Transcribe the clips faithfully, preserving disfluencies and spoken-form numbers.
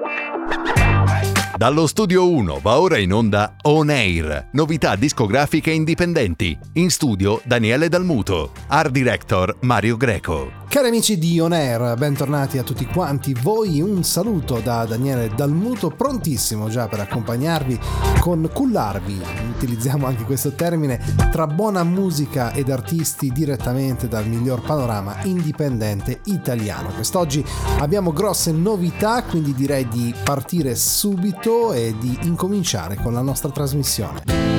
Dallo Studio uno va ora in onda On Air, novità discografiche indipendenti. In studio Daniele Dalmuto, Art Director Mario Greco. Cari amici di On Air, bentornati a tutti quanti voi, un saluto da Daniele Dalmuto, prontissimo già per accompagnarvi, con cullarvi, utilizziamo anche questo termine, tra buona musica ed artisti direttamente dal miglior panorama indipendente italiano. Quest'oggi abbiamo grosse novità, quindi direi di partire subito e di incominciare con la nostra trasmissione.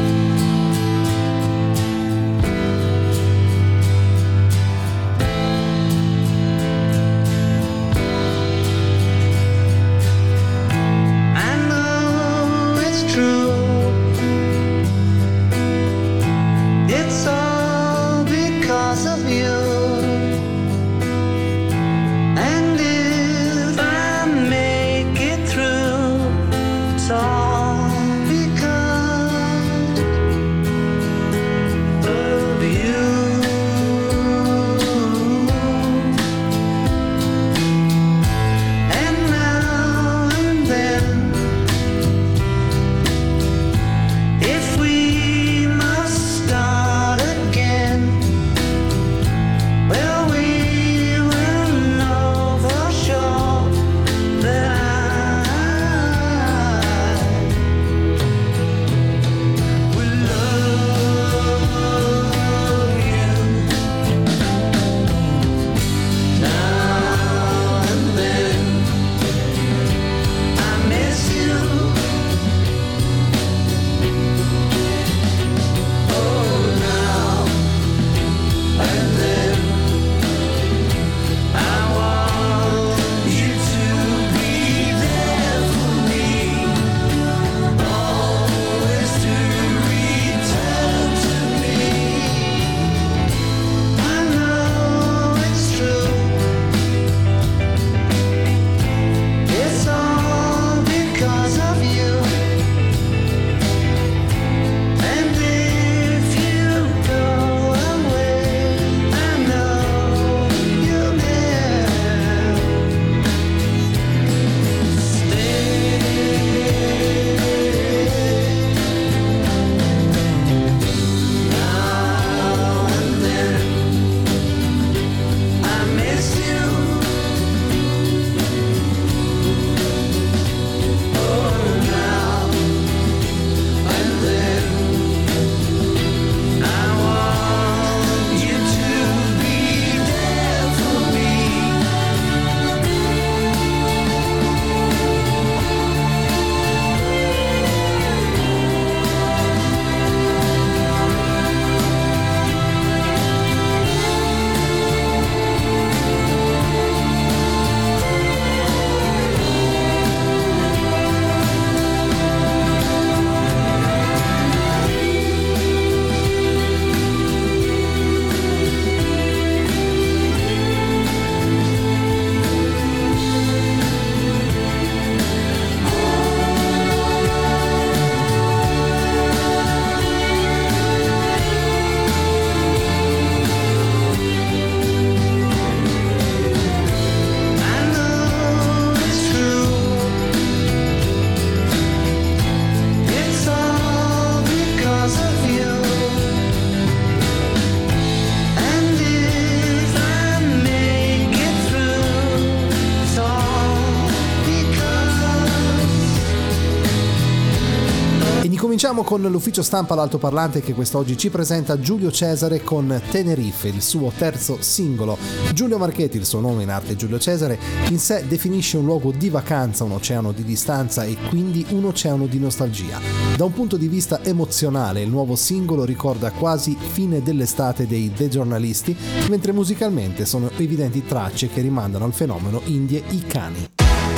Cominciamo con l'ufficio stampa all'altoparlante che quest'oggi ci presenta Giulio Cesare con Tenerife, il suo terzo singolo. Giulio Marchetti, il suo nome in arte Giulio Cesare, in sé definisce un luogo di vacanza, un oceano di distanza e quindi un oceano di nostalgia. Da un punto di vista emozionale, il nuovo singolo ricorda quasi fine dell'estate dei The Giornalisti, mentre musicalmente sono evidenti tracce che rimandano al fenomeno Indie i cani.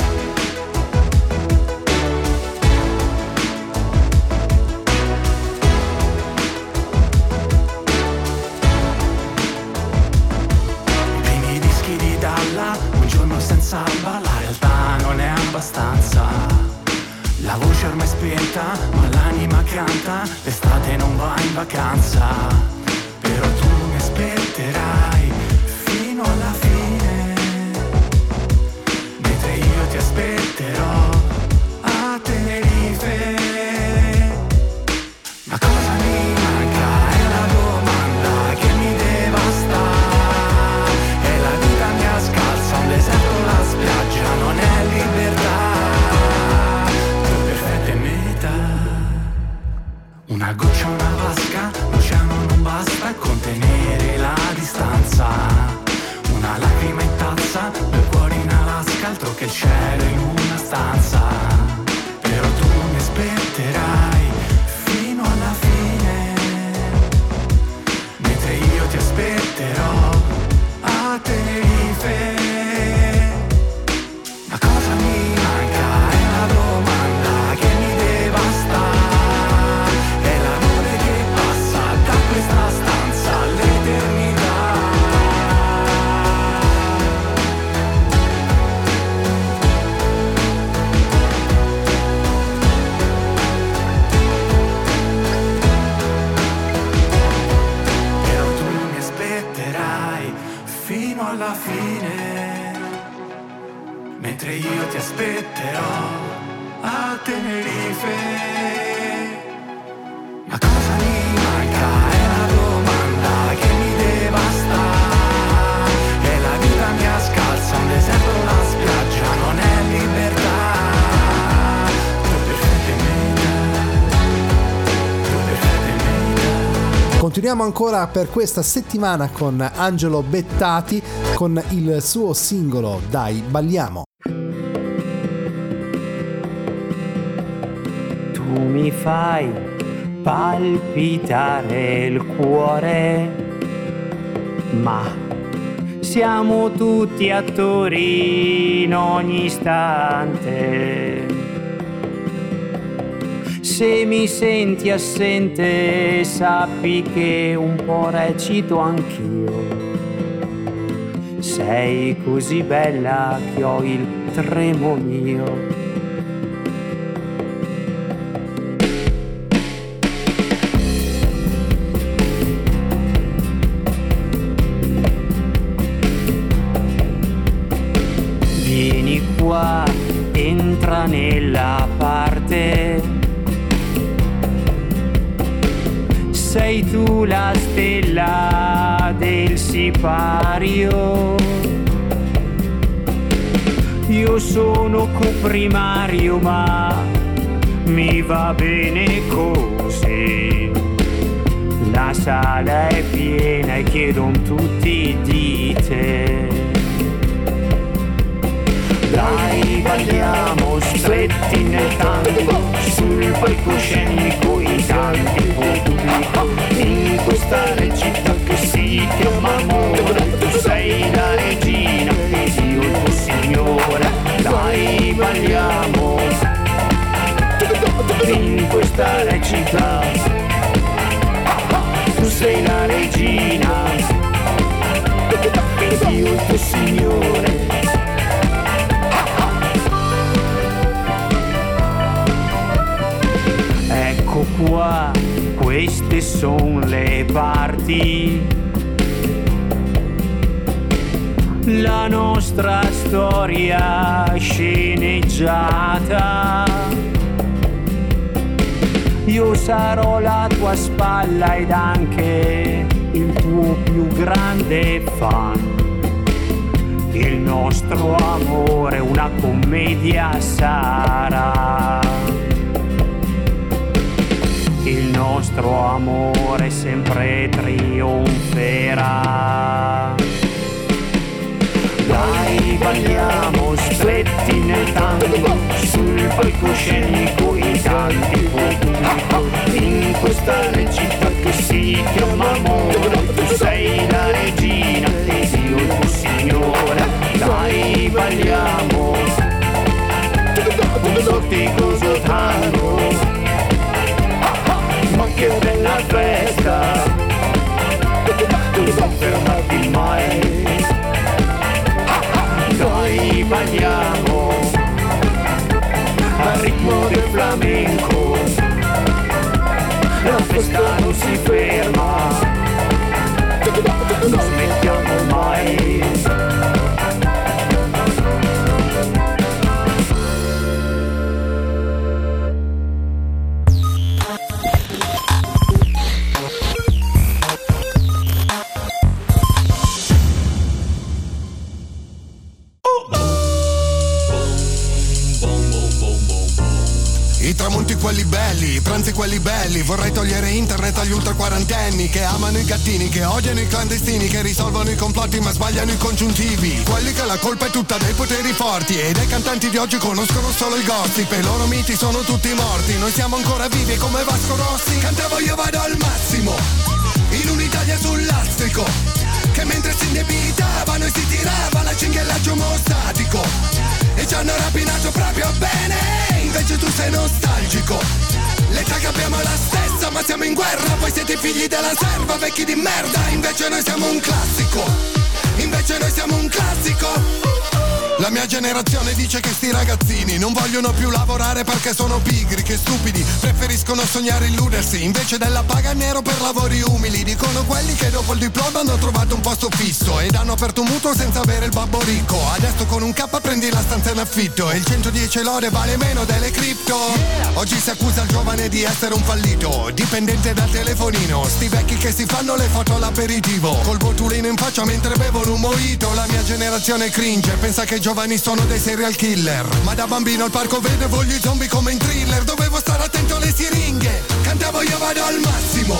Salva, la realtà non è abbastanza. La voce ormai spenta, ma l'anima canta. L'estate non va in vacanza, però tu mi aspetterai fino alla fine, mentre io ti aspetterò abbastanza, però tu mi aspetterai fino alla fine, mentre io ti aspetterò a Tenerife. Ma cosa mi manca? È la domanda che mi devasta, è l'amore che passa da questa stanza all'eternità. Però tu mi aspetterai fino alla fine, mentre io ti aspetterò a Tenerife. Ma cosa mi manca? È la domanda che mi devasta, e la vita mia scalza, un deserto, una spiaggia, non è libertà. Due perfette mete, due perfette mete. Continuiamo ancora per questa settimana con Angelo Bettati con il suo singolo Dai balliamo. Tu mi fai palpitare il cuore, ma siamo tutti attori in ogni istante. Se mi senti assente, sappi che un po' recito anch'io. Sei così bella che ho il tremolio. Vieni qua, entra nella parte. Sei tu la stella del sipario. Io sono coprimario, ma mi va bene così. La sala è piena e chiedono tutti di te. Dai balliamo stretti nel tango, sul palcoscenico in tanti pubblico, in questa recita che si chiama amore. Tu sei la regina ed io il tuo signore. Dai balliamo in questa recita. Tu sei la regina ed io il tuo signore. Ecco qua, queste son le parti, la nostra storia sceneggiata. Io sarò la tua spalla ed anche il tuo più grande fan. Il nostro amore una commedia sarà. Il nostro amore sempre trionferà. Dai balliamo stretti nel tango, sul palcoscenico in tanti pubblico, in questa recita che si chiama amore. Tu sei la regina ed io il tuo signore. Dai balliamo un vorticoso tango. Ma che bella festa, tu non fermarti mai. Noi balliamo al ritmo del flamenco, la festa non si ferma, non smettiamo mai. I tramonti quelli belli, i pranzi quelli belli. Vorrei togliere internet agli ultra quarantenni che amano i gattini, che odiano i clandestini, che risolvono i complotti ma sbagliano i congiuntivi. Quelli che la colpa è tutta dei poteri forti e dei cantanti di oggi conoscono solo il gossip. E i loro miti sono tutti morti, noi siamo ancora vivi come Vasco Rossi. Cantavo io vado al massimo, in un'Italia sul lastrico, che mentre si indebitavano e si tirava la cinghiallaggio mostatico. E ci hanno rapinato proprio bene, invece tu sei nostalgico. L'età che abbiamo è la stessa, ma siamo in guerra. Voi siete figli della serva, vecchi di merda. Invece noi siamo un classico, invece noi siamo un classico. La mia generazione dice che sti ragazzini non vogliono più lavorare perché sono pigri, che stupidi, preferiscono sognare e illudersi invece della paga nero per lavori umili. Dicono quelli che dopo il diploma hanno trovato un posto fisso ed hanno aperto un mutuo senza avere il babbo ricco. Adesso con un K prendi la stanza in affitto e il centodieci lode vale meno delle cripto. Oggi si accusa il giovane di essere un fallito, dipendente dal telefonino. Sti vecchi che si fanno le foto all'aperitivo, col botulino in faccia mentre bevono un mojito. La mia generazione cringe, pensa che i giovani sono dei serial killer, ma da bambino al parco vedevo gli zombie come in thriller. Dovevo stare attento alle siringhe, cantavo io vado al massimo,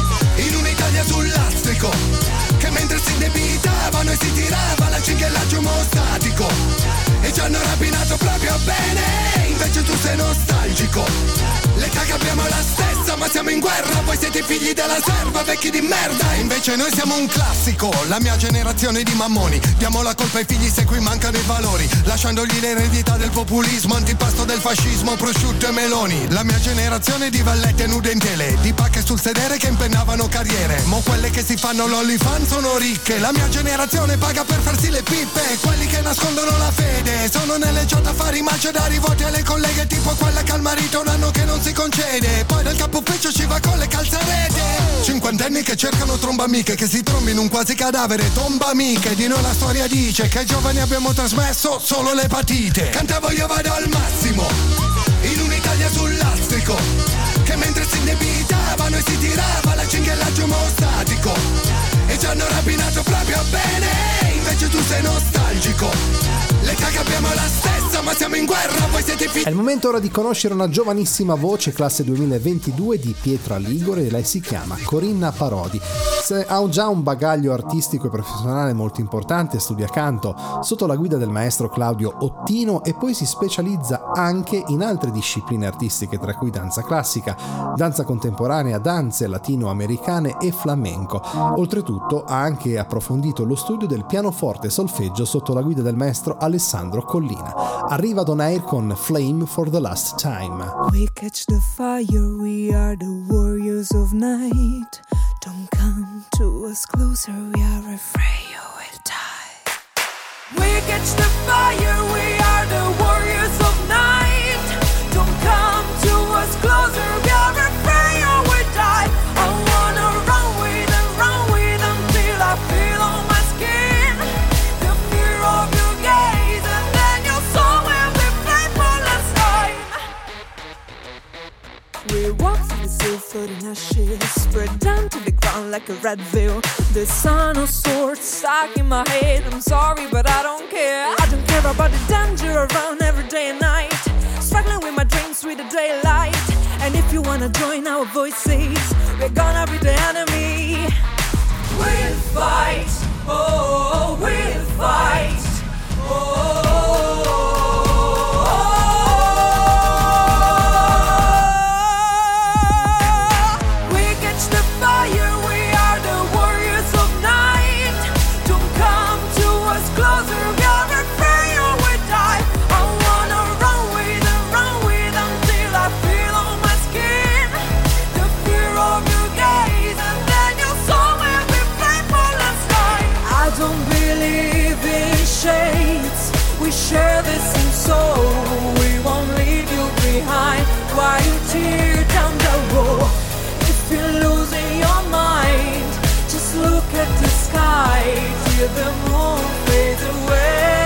in un'Italia sul lastrico, che mentre si indebitavano e si tirava la cinghiallaggio mostatico. E ci hanno rapinato proprio bene, invece tu sei nostalgico. L'età che abbiamo è la stessa, ma siamo in guerra. Voi siete figli della serva, vecchi di merda. Invece noi siamo un classico, la mia generazione di mammoni. Diamo la colpa ai figli se qui mancano i valori, lasciandogli l'eredità del populismo, antipasto del fascismo, prosciutto e meloni. La mia generazione di vallette nude in tele, di pacche sul sedere che impennavano carriere. Mo quelle che si fanno l'OnlyFans sono ricche. La mia generazione paga per farsi le pippe. Quelli che nascondono la fede sono nelle chat a fare i macedari, voti alle colleghe tipo quella che al marito un anno che non si concede. Poi dal capo ufficio ci va con le calzarete. Cinquantenni che cercano tromba amiche, che si trombi in un quasi cadavere. Tomba amiche, di noi la storia dice che ai giovani abbiamo trasmesso solo l'epatite. Cantavo io vado al massimo, in un'Italia sul lastrico, che mentre si indebitavano e si tirava la cinghiallaggio mostatico. E ci hanno rapinato proprio bene, invece tu sei nostalgico. L'età che abbiamo è la stessa, ma siamo in guerra, voi siete figli. È il momento ora di conoscere una giovanissima voce, classe duemilaventidue, di Pietra Ligure, e lei si chiama Corinna Parodi. Se ha già un bagaglio artistico e professionale molto importante, studia canto sotto la guida del maestro Claudio Ottino e poi si specializza anche in altre discipline artistiche, tra cui danza classica, danza contemporanea, danze latinoamericane e flamenco. Oltretutto ha anche approfondito lo studio del pianoforte e solfeggio sotto la guida del maestro Alessandro Collina. Arriva On Air con Flame for the Last Time. We catch the fire, we are the warriors of night. Don't come to us closer, we are afraid you will die. We catch the fire, we are the warriors of night. Don't come to us closer, we are afraid you will die. I wanna run with them, run with them till I feel on my skin the fear of your gaze, and then your soul will be playful as time. We walk through the sea, floating ashes, spread down to the ground like a red veil. The sun of swords stuck in my head. I'm sorry, but I don't care. I don't care about the danger around every day and night. Struggling with my dreams with the daylight. And if you wanna join our voices, we're gonna be the enemy. We'll fight, oh, we'll fight, oh. Share the same soul, we won't leave you behind while you tear down the road. If you're losing your mind, just look at the sky till the moon fades away.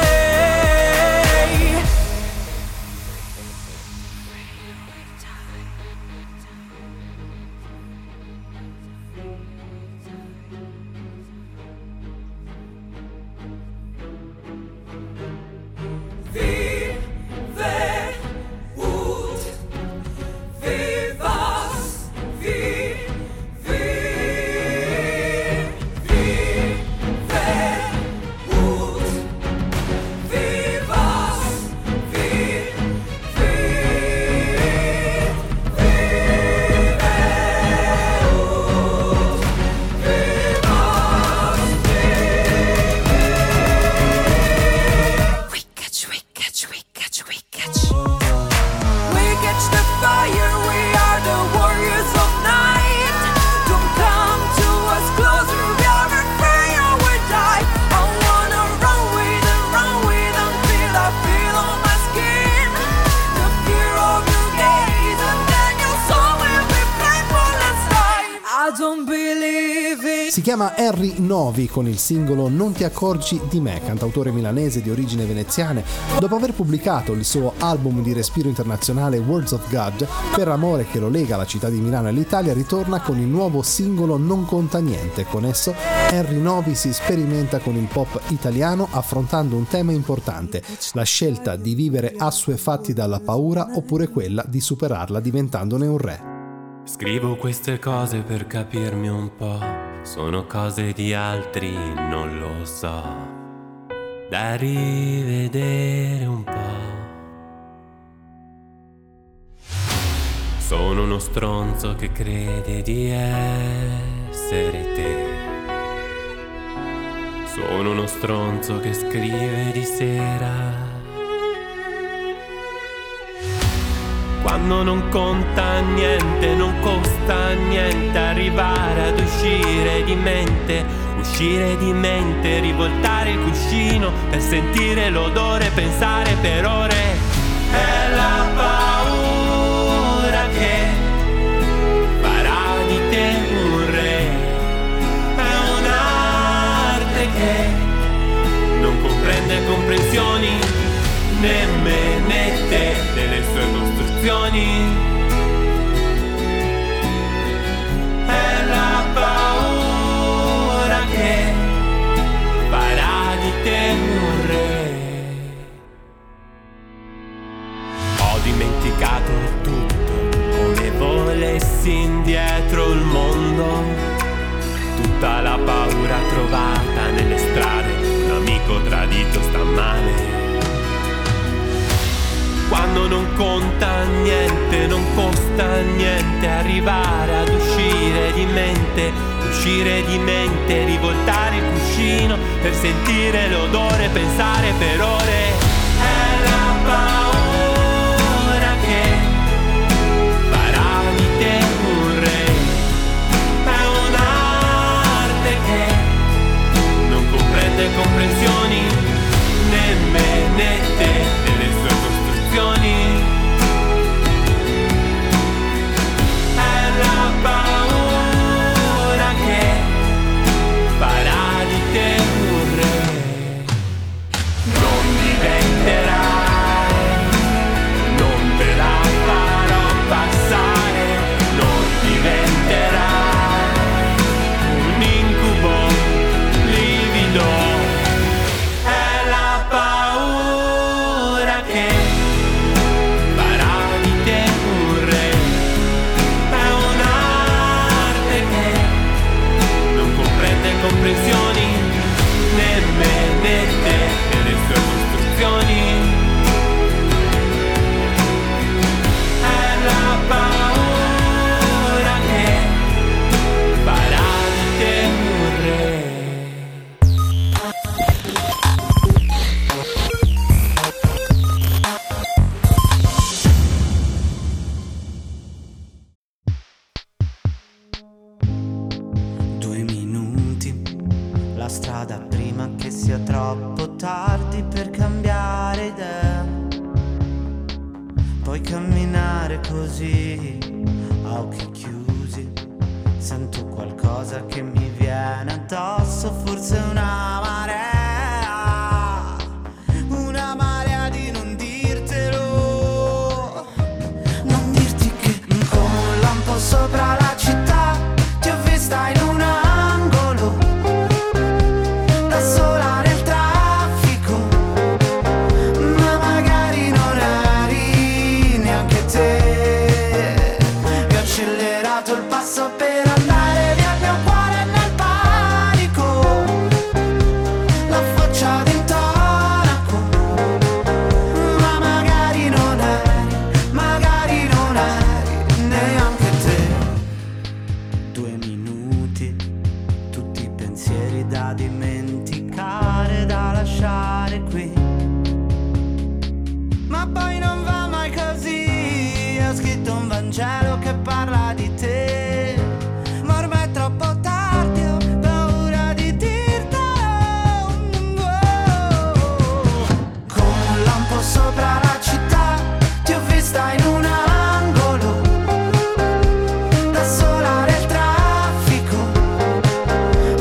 Si chiama Harry Novi con il singolo Non ti accorgi di me, cantautore milanese di origine veneziane. Dopo aver pubblicato il suo album di respiro internazionale Words of God, per l'amore che lo lega alla città di Milano e all'Italia, ritorna con il nuovo singolo Non conta niente. Con esso Harry Novi si sperimenta con il pop italiano affrontando un tema importante, la scelta di vivere assuefatti dalla paura oppure quella di superarla diventandone un re. Scrivo queste cose per capirmi un po', sono cose di altri, non lo so, da rivedere un po'. Sono uno stronzo che crede di essere te. Sono uno stronzo che scrive di sera. Quando non conta niente, non costa niente arrivare ad uscire di mente, uscire di mente, rivoltare il cuscino per sentire l'odore, pensare per ore. È la paura che farà di te un re, è un'arte che non comprende comprensioni, nemmeno te delle sue costruzioni. È la paura che farà di te un re. Ho dimenticato tutto, come volessi indietro il mondo. Tutta la paura trovata nelle strade, un amico tradito sta male. Quando non conta niente, non costa niente arrivare ad uscire di mente, uscire di mente, rivoltare il cuscino per sentire l'odore, pensare per ore. È la paura che farà di te un re, è un'arte che non comprende comprensioni, nemmeno te delle sue costruzioni. È la paura che farà di te un re. Non diventerai, non te la farò passare, non diventerai un incubo livido. È la paura che farà di te un re, è un'arte che non comprende comprensioni, nemmeno te e le sue costruzioni. È la paura che farà di te un re. Due minuti, la strada prima che sia troppo tardi per cambiare idea. Puoi camminare così, a occhi chiusi. Sento qualcosa che mi viene addosso, forse una marea, una marea di non dirtelo. Non dirti che con un lampo sopra la città ti ho vista in un angolo, da sola nel traffico, ma magari non eri neanche te. E ho accelerato il passo per andare via, il mio cuore nel panico, la faccia d'intonaco, ma magari non eri, magari non eri neanche te. Due minuti, tutti i pensieri da dimenticare, da lasciare qui. Ma poi non va mai così, ho scritto un Vangelo che parla di te, ma ormai è troppo tardi, ho paura di dirtelo. Con un lampo sopra la città ti ho vista in un angolo, da sola nel traffico,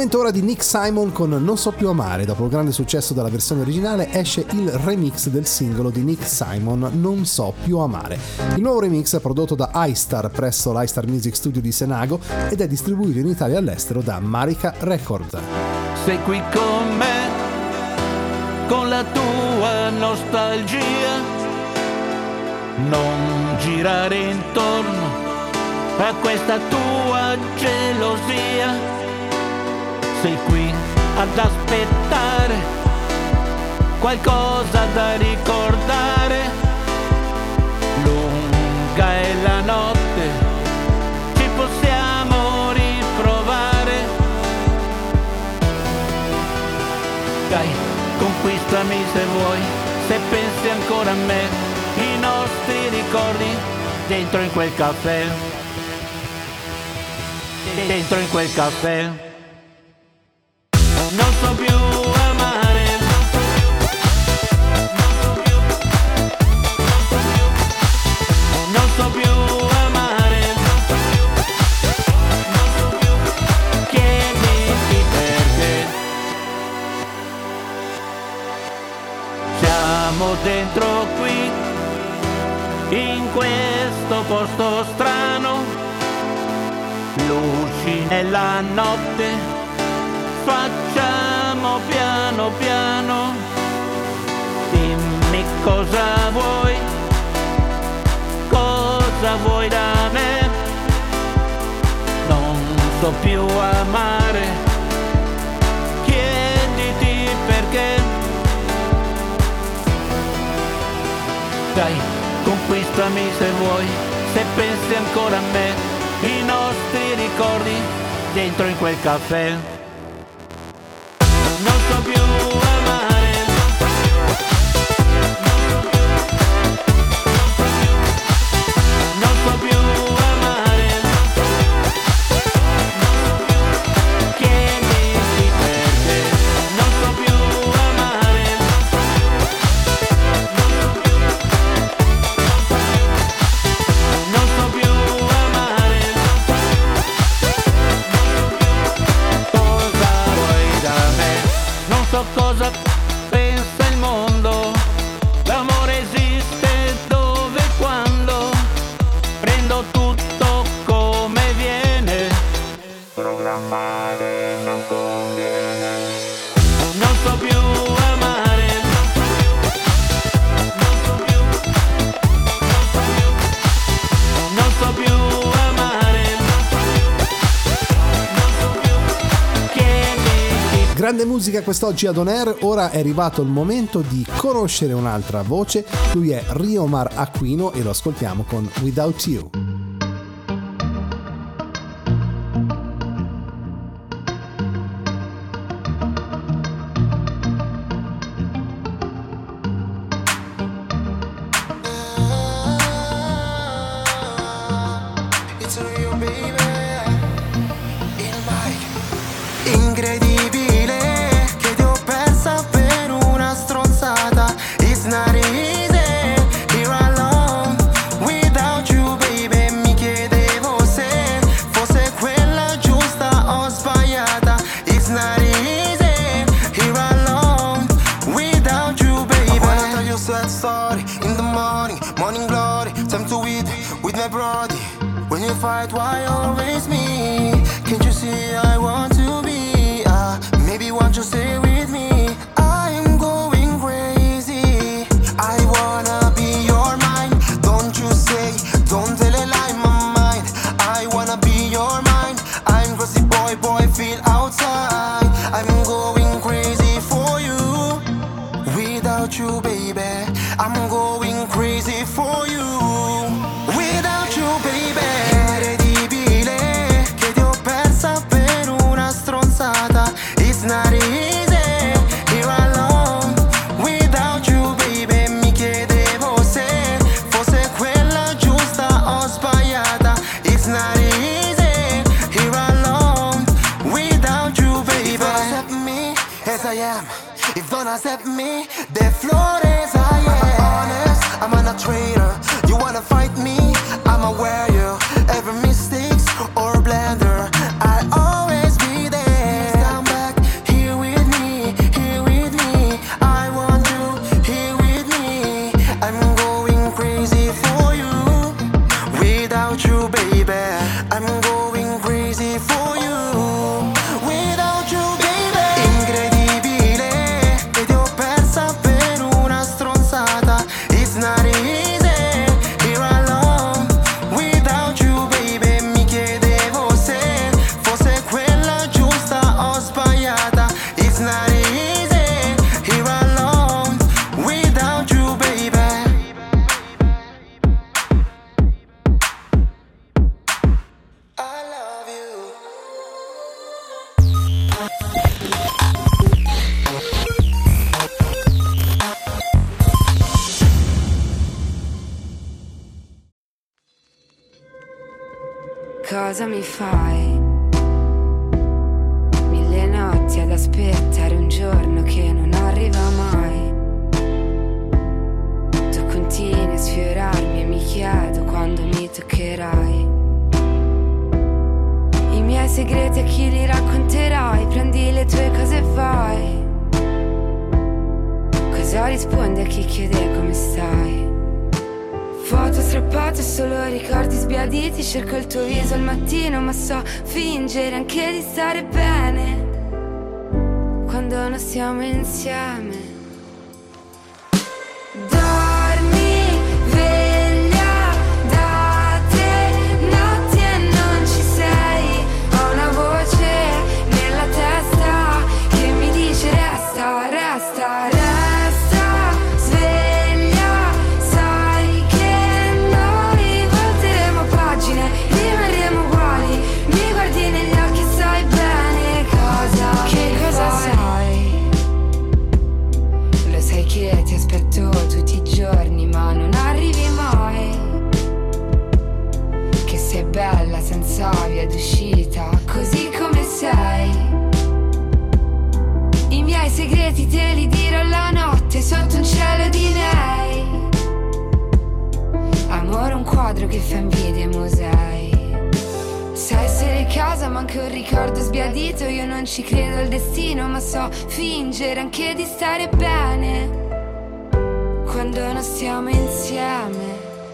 momento ora di Nick Simon con Non so più amare. Dopo il grande successo della versione originale esce il remix del singolo di Nick Simon, Non so più amare. Il nuovo remix è prodotto da iStar presso l'iStar Music Studio di Senago ed è distribuito in Italia e all'estero da Marica Record. Sei qui con me, con la tua nostalgia, non girare intorno a questa tua gelosia. Sei qui ad aspettare qualcosa da ricordare. Lunga è la notte, ci possiamo riprovare. Dai, conquistami se vuoi, se pensi ancora a me, i nostri ricordi dentro in quel caffè, dentro in quel caffè. Non so più amare, non so più amare, chiediti perché. Siamo dentro qui, in questo posto strano, luci nella notte, facciamo piano piano. Dimmi cosa vuoi, cosa vuoi da me. Non so più amare, chiediti perché. Dai, conquistami se vuoi, se pensi ancora a me, i nostri ricordi dentro in quel caffè. Non so più amare, non so più amare, chiediti perché. Non so più amare, non so più amare. Cosa vuoi da me? Non so cosa pensa il mondo, l'amore esiste dove e quando, prendo tutto come viene, programmare non conviene. Non so più amare, non so più amare, chiediti. Grande musica quest'oggi ad On Air. Ora è arrivato il momento di conoscere un'altra voce. Lui è Riomar Aquino e lo ascoltiamo con Without You. Incredibile che ti ho persa per una stronzata. It's not easy, here alone without you baby. Mi chiedevo se fosse quella giusta o sbagliata. It's not easy, here alone without you baby. I wanna tell you a sad story in the morning, morning glory. Time to eat with my brody. When you fight, why always me? Can't you see I want to be? Uh, maybe won't you stay with me? I'm going crazy. I wanna be your mind. Don't you say, don't tell a lie, my mind. I wanna be your mind. I'm crazy boy, boy, feel outside. I'm going crazy for you. Without you, baby, I'm going crazy for you. Without you, baby. Incredibile che ti ho persa per una stronzata. It's not easy, here alone without you, baby. Mi chiedevo se fosse quella giusta o sbagliata. It's not easy, here alone without you, baby. If don't accept me as I am, if don't accept me, the floor as I am. I'm honest, I'm not a traitor. You wanna fight me, I'm aware you. Every mistakes or blunder, I'll always be there. cosa mi fai? Mille notti ad aspettare un giorno che non arriva mai. Tu continui a sfiorarmi e mi chiedo quando mi toccherai. I miei segreti a chi li racconterai? Prendi le tue cose e vai. Cosa rispondi a chi chiede come stai? Foto strappate, solo ricordi sbiaditi. Cerco il tuo viso al mattino, ma so fingere anche di stare bene quando non stiamo insieme. Dormi, veglia da te, notti e non ci sei. Ho una voce nella testa che mi dice resta, resta, resta. Tutti i giorni ma non arrivi mai. Che sei bella senza via d'uscita, così come sei. I miei segreti te li dirò la notte sotto un cielo di nei. Amore, un quadro che fa invidia ai musei. Sai essere a casa ma anche un ricordo sbiadito. Io non ci credo al destino, ma so fingere anche di stare bene quando non stiamo insieme.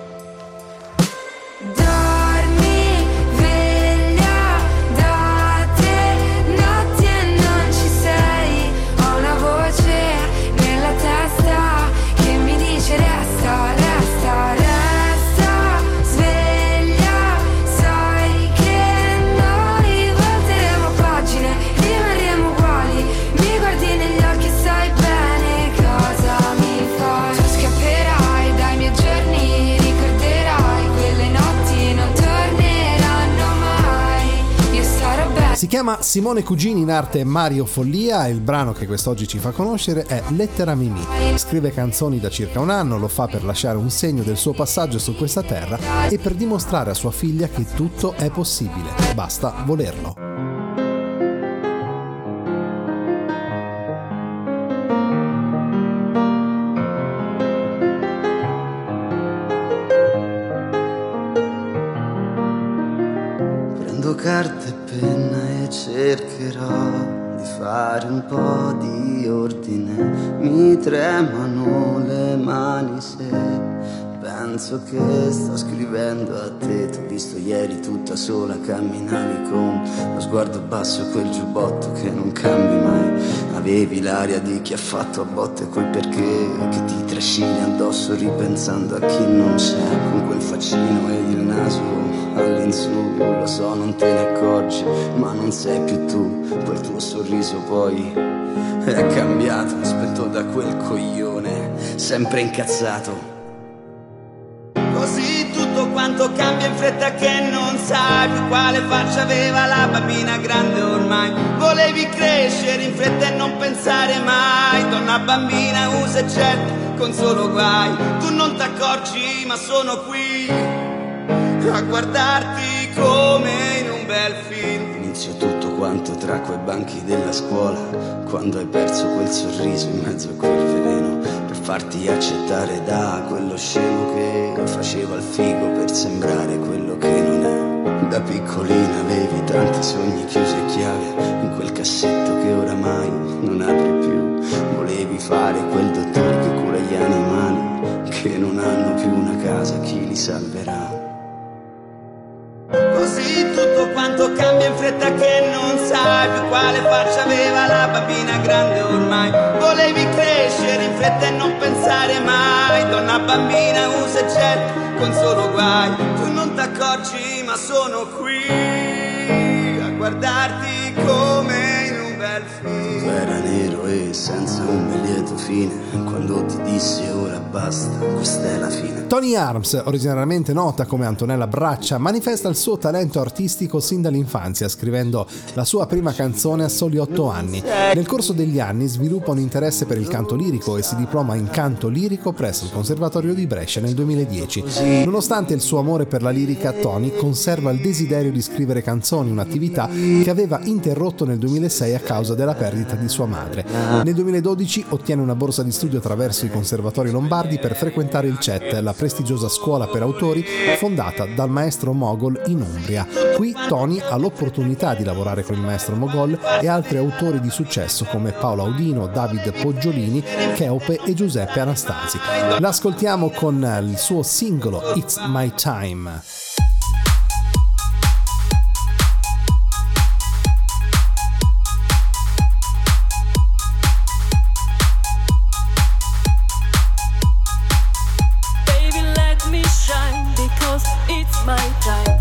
Dormi, veglia da te, notti e non ci sei. Ho una voce nella testa che mi dice resta, resta, resta, sveglia. Sai che noi volteremo pagine, rimarremo uguali. Mi guardi negli occhi e sai bene cosa mi fai. Dai miei giorni ricorderai quelle notti non torneranno mai. Io starò bene. Si chiama Simone Cugini, in arte Mario Follia, e il brano che quest'oggi ci fa conoscere è Lettera Mimì. Scrive canzoni da circa un anno, lo fa per lasciare un segno del suo passaggio su questa terra e per dimostrare a sua figlia che tutto è possibile, basta volerlo. Carta e penna e cercherò di fare un po' di ordine. Mi tremano le mani se penso che sto scrivendo a te. T'ho visto ieri tutta sola, camminavi con lo sguardo basso e quel giubbotto che non cambi mai. Avevi l'aria di chi ha fatto a botte quel perché che ti trascini addosso ripensando a chi non c'è, con quel faccino ed il naso all'insù. Lo so, non te ne accorgi, ma non sei più tu. Quel tuo sorriso poi è cambiato, spento da quel coglione sempre incazzato. Così tutto quanto cambia in fretta che non sai più quale faccia aveva la bambina grande ormai. Volevi crescere in fretta e non pensare mai. Donna bambina usa e getta con solo guai. Tu non t'accorgi ma sono qui a guardarti come in un bel film. Inizio tutto quanto tra quei banchi della scuola, quando hai perso quel sorriso in mezzo a quel veleno, per farti accettare da quello scemo che faceva il figo per sembrare quello che non è. Da piccolina avevi tanti sogni chiusi a chiave in quel cassetto che oramai non apri più. Volevi fare quel dottore che cura gli animali che non hanno più una casa, chi li salverà? Così tutto quanto cambia in fretta che non sai più quale faccia aveva la bambina grande ormai. Volevi crescere in fretta e non pensare mai. Donna bambina usa e getta con solo guai. Tu non t'accorgi ma sono qui a guardarti come in un bel film. Tutto era nero e senza un milione lieto fine quando ti dissi ora basta, questa è la fine. Tony Arms, originariamente nota come Antonella Braccia, manifesta il suo talento artistico sin dall'infanzia, scrivendo la sua prima canzone a soli otto anni. Nel corso degli anni sviluppa un interesse per il canto lirico e si diploma in canto lirico presso il Conservatorio di Brescia nel duemiladieci. Nonostante il suo amore per la lirica, Tony conserva il desiderio di scrivere canzoni, un'attività che aveva interrotto nel duemilasei a causa della perdita di sua madre. Nel duemiladodici ottiene una borsa di studio attraverso i conservatori lombardi per frequentare il C E T, la prestigiosa scuola per autori fondata dal maestro Mogol in Umbria. Qui Tony ha l'opportunità di lavorare con il maestro Mogol e altri autori di successo come Paolo Audino, David Poggiolini, Cheope e Giuseppe Anastasi. L'ascoltiamo con il suo singolo It's My Time. It's my time.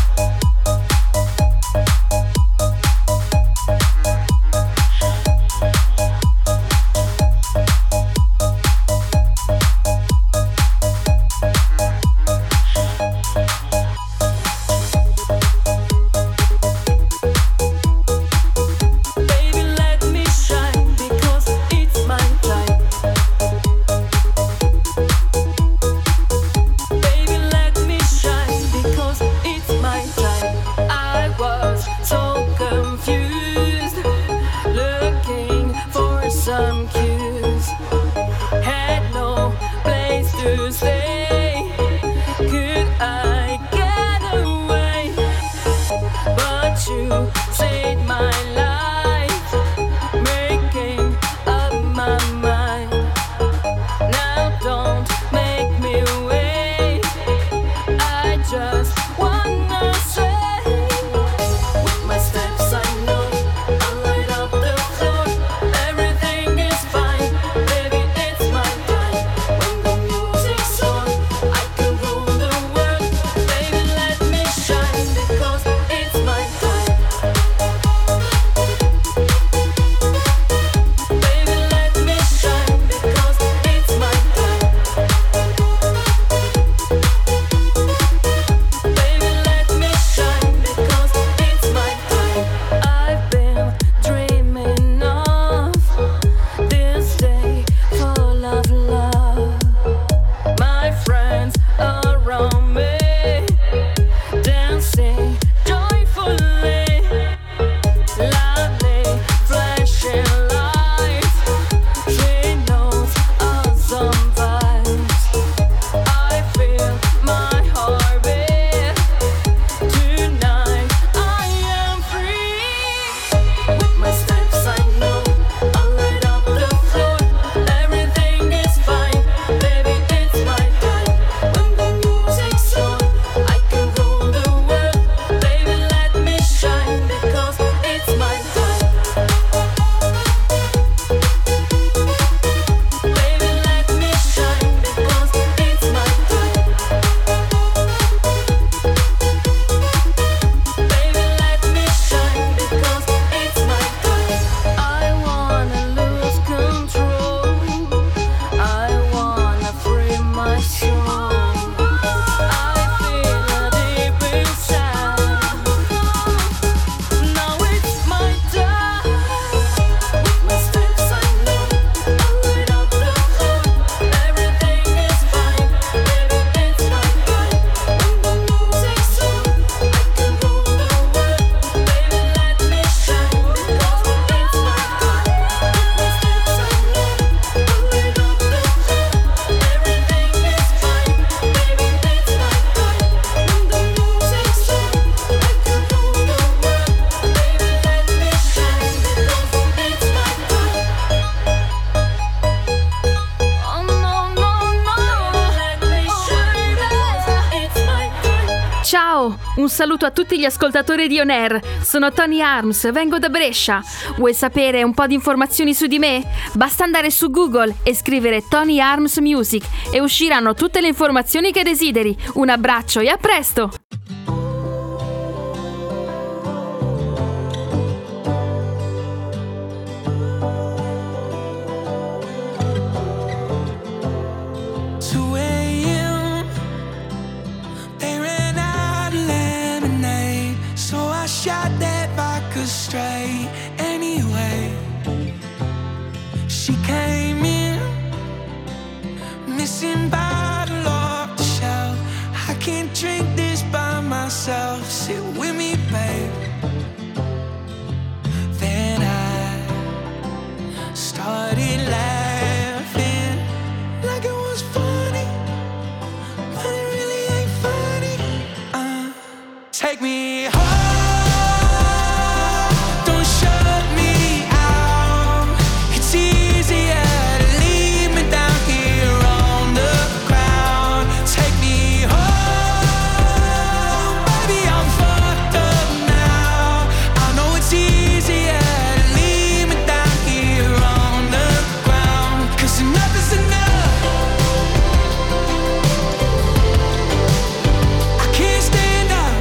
Un saluto a tutti gli ascoltatori di On Air. Sono Tony Arms, vengo da Brescia. Vuoi sapere un po' di informazioni su di me? Basta andare su Google e scrivere Tony Arms Music e usciranno tutte le informazioni che desideri. Un abbraccio e a presto! She came in, missing bottle off the shelf. I can't drink this by myself. Sit with me, babe. Then I started laughing like it was funny, but it really ain't funny. Uh, take me home. Don't shut me out. It's easier to leave me down here on the ground. Take me home, baby, I'm fucked up now. I know it's easier to leave me down here on the ground, 'cause enough is enough. I can't stand up.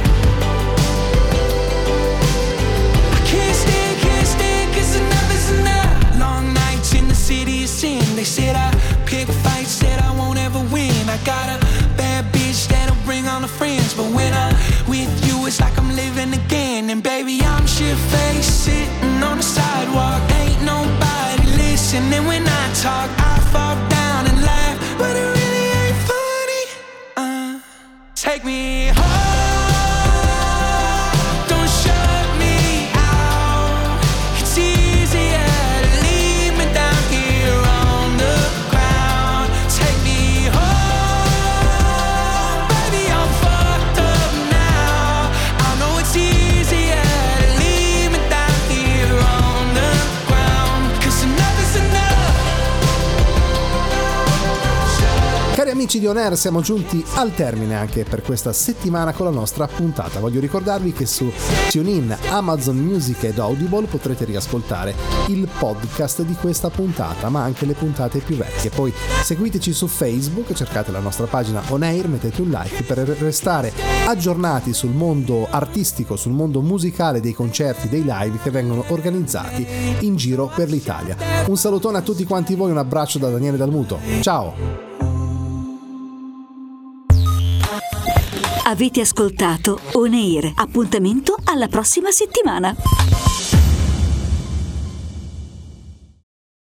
I can't stand, can't stand, 'cause enough is enough. Long nights in the city of sin. They said I pick fights, said I won't ever win. I got a bad bitch that'll bring on the friends, but when I'm with you it's like I'm living again. And baby, I'm shit-faced, sitting on the sidewalk. Ain't nobody listening when I talk. I fall down and laugh, but it really ain't funny. Uh, take me home. Don't shut me out. It's easier to leave me down here on the ground. Take me home, baby, I'm fucked up now. I know it's easier to leave me down here on the ground, 'cause enough is enough. Cari amici di On Air, siamo giunti al termine anche per questa settimana con la nostra puntata. Voglio ricordarvi che su TuneIn, Amazon Music ed Audible potrete riascoltare il podcast di questa puntata, ma anche le puntate più vecchie. Poi seguiteci su Facebook, cercate la nostra pagina On Air, mettete un like per restare aggiornati sul mondo artistico, sul mondo musicale, dei concerti, dei live che vengono organizzati in giro per l'Italia. Un salutone a tutti quanti voi, un abbraccio da Daniele Dalmuto. Ciao! Avete ascoltato On Air. Appuntamento alla prossima settimana.